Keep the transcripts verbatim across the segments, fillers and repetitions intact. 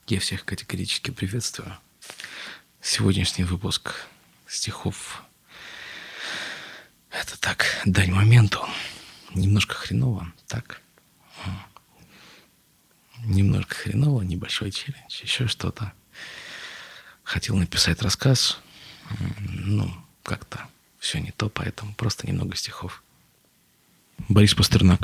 Я всех категорически приветствую. Сегодняшний выпуск стихов — это так, дань моменту. Немножко хреново, так. Немножко хреново, небольшой челлендж, еще что-то. Хотел написать рассказ, ну, как-то все не то, поэтому просто немного стихов. Борис Пастернак.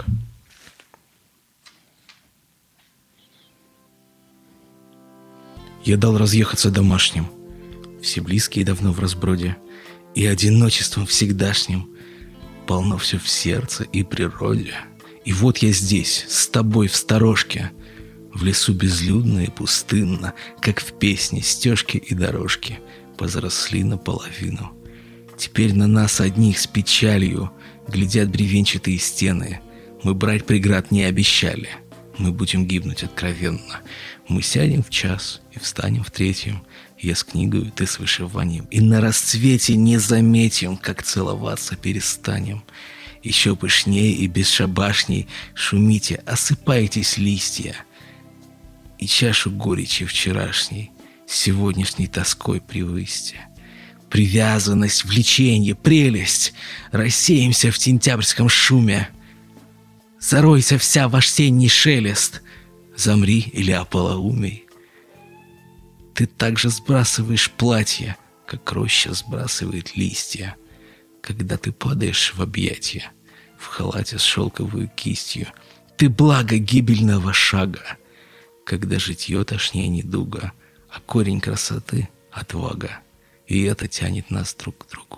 Я дал разъехаться домашним, все близкие давно в разброде, и одиночеством всегдашним полно все в сердце и природе. И вот я здесь, с тобой в сторожке, в лесу безлюдно и пустынно, как в песне стежки и дорожки позаросли наполовину. Теперь на нас одних с печалью глядят бревенчатые стены. Мы брать преград не обещали, мы будем гибнуть откровенно. Мы сядем в час и встанем в третьем, я с книгой, ты с вышиванием, и на расцвете не заметим, как целоваться перестанем. Еще пышнее и бесшабашней шумите, осыпайтесь листья, и чашу горечи вчерашней сегодняшней тоской превысьте. Привязанность, влечение, прелесть, рассеемся в сентябрьском шуме. Заройся вся в осенний шелест, замри или ополоумей. Ты также сбрасываешь платье, как роща сбрасывает листья, когда ты падаешь в объятия, в халате с шелковой кистью. Ты благо гибельного шага, когда житье тошнее недуга, а корень красоты — отвага, и это тянет нас друг к другу.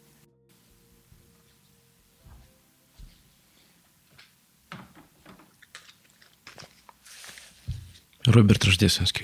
Роберт Рождественский.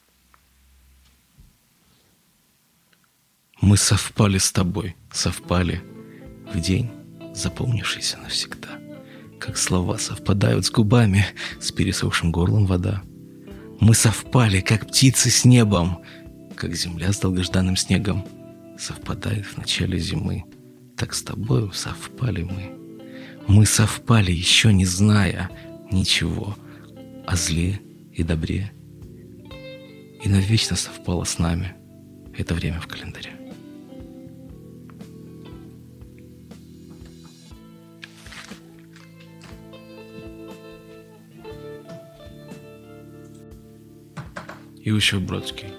Мы совпали с тобой, совпали в день, запомнившийся навсегда, как слова совпадают с губами, с пересохшим горлом вода. Мы совпали, как птицы с небом, как земля с долгожданным снегом совпадает в начале зимы, так с тобою совпали мы. Мы совпали, еще не зная ничего о зле и добре, и навечно совпало с нами это время в календаре. Иосиф Бродский.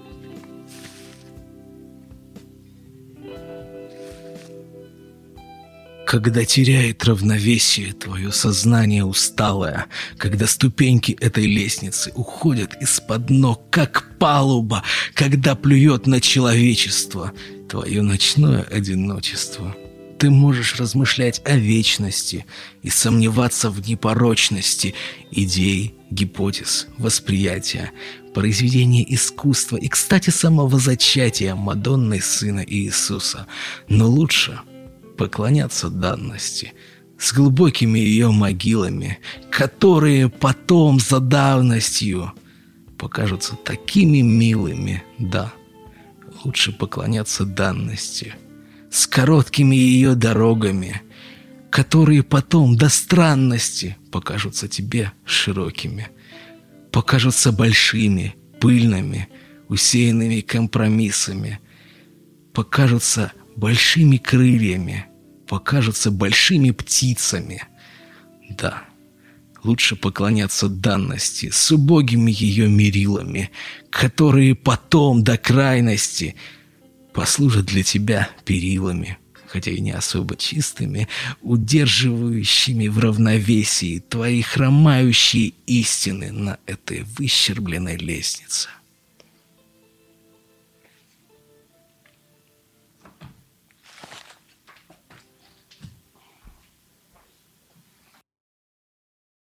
Когда теряет равновесие твое сознание усталое, когда ступеньки этой лестницы уходят из-под ног, как палуба, когда плюет на человечество твое ночное одиночество, ты можешь размышлять о вечности и сомневаться в непорочности идей, гипотез, восприятия, произведения искусства и, кстати, самого зачатия Мадонны Сына Иисуса. Но лучше поклоняться данности с глубокими ее могилами, которые потом за давностью покажутся такими милыми. Да, лучше поклоняться данности с короткими ее дорогами, которые потом до странности покажутся тебе широкими, покажутся большими, пыльными, усеянными компромиссами, покажутся большими крыльями, покажутся большими птицами. Да, лучше поклоняться данности с убогими ее мерилами, которые потом до крайности послужат для тебя перилами, хотя и не особо чистыми, удерживающими в равновесии твои хромающие истины на этой выщербленной лестнице.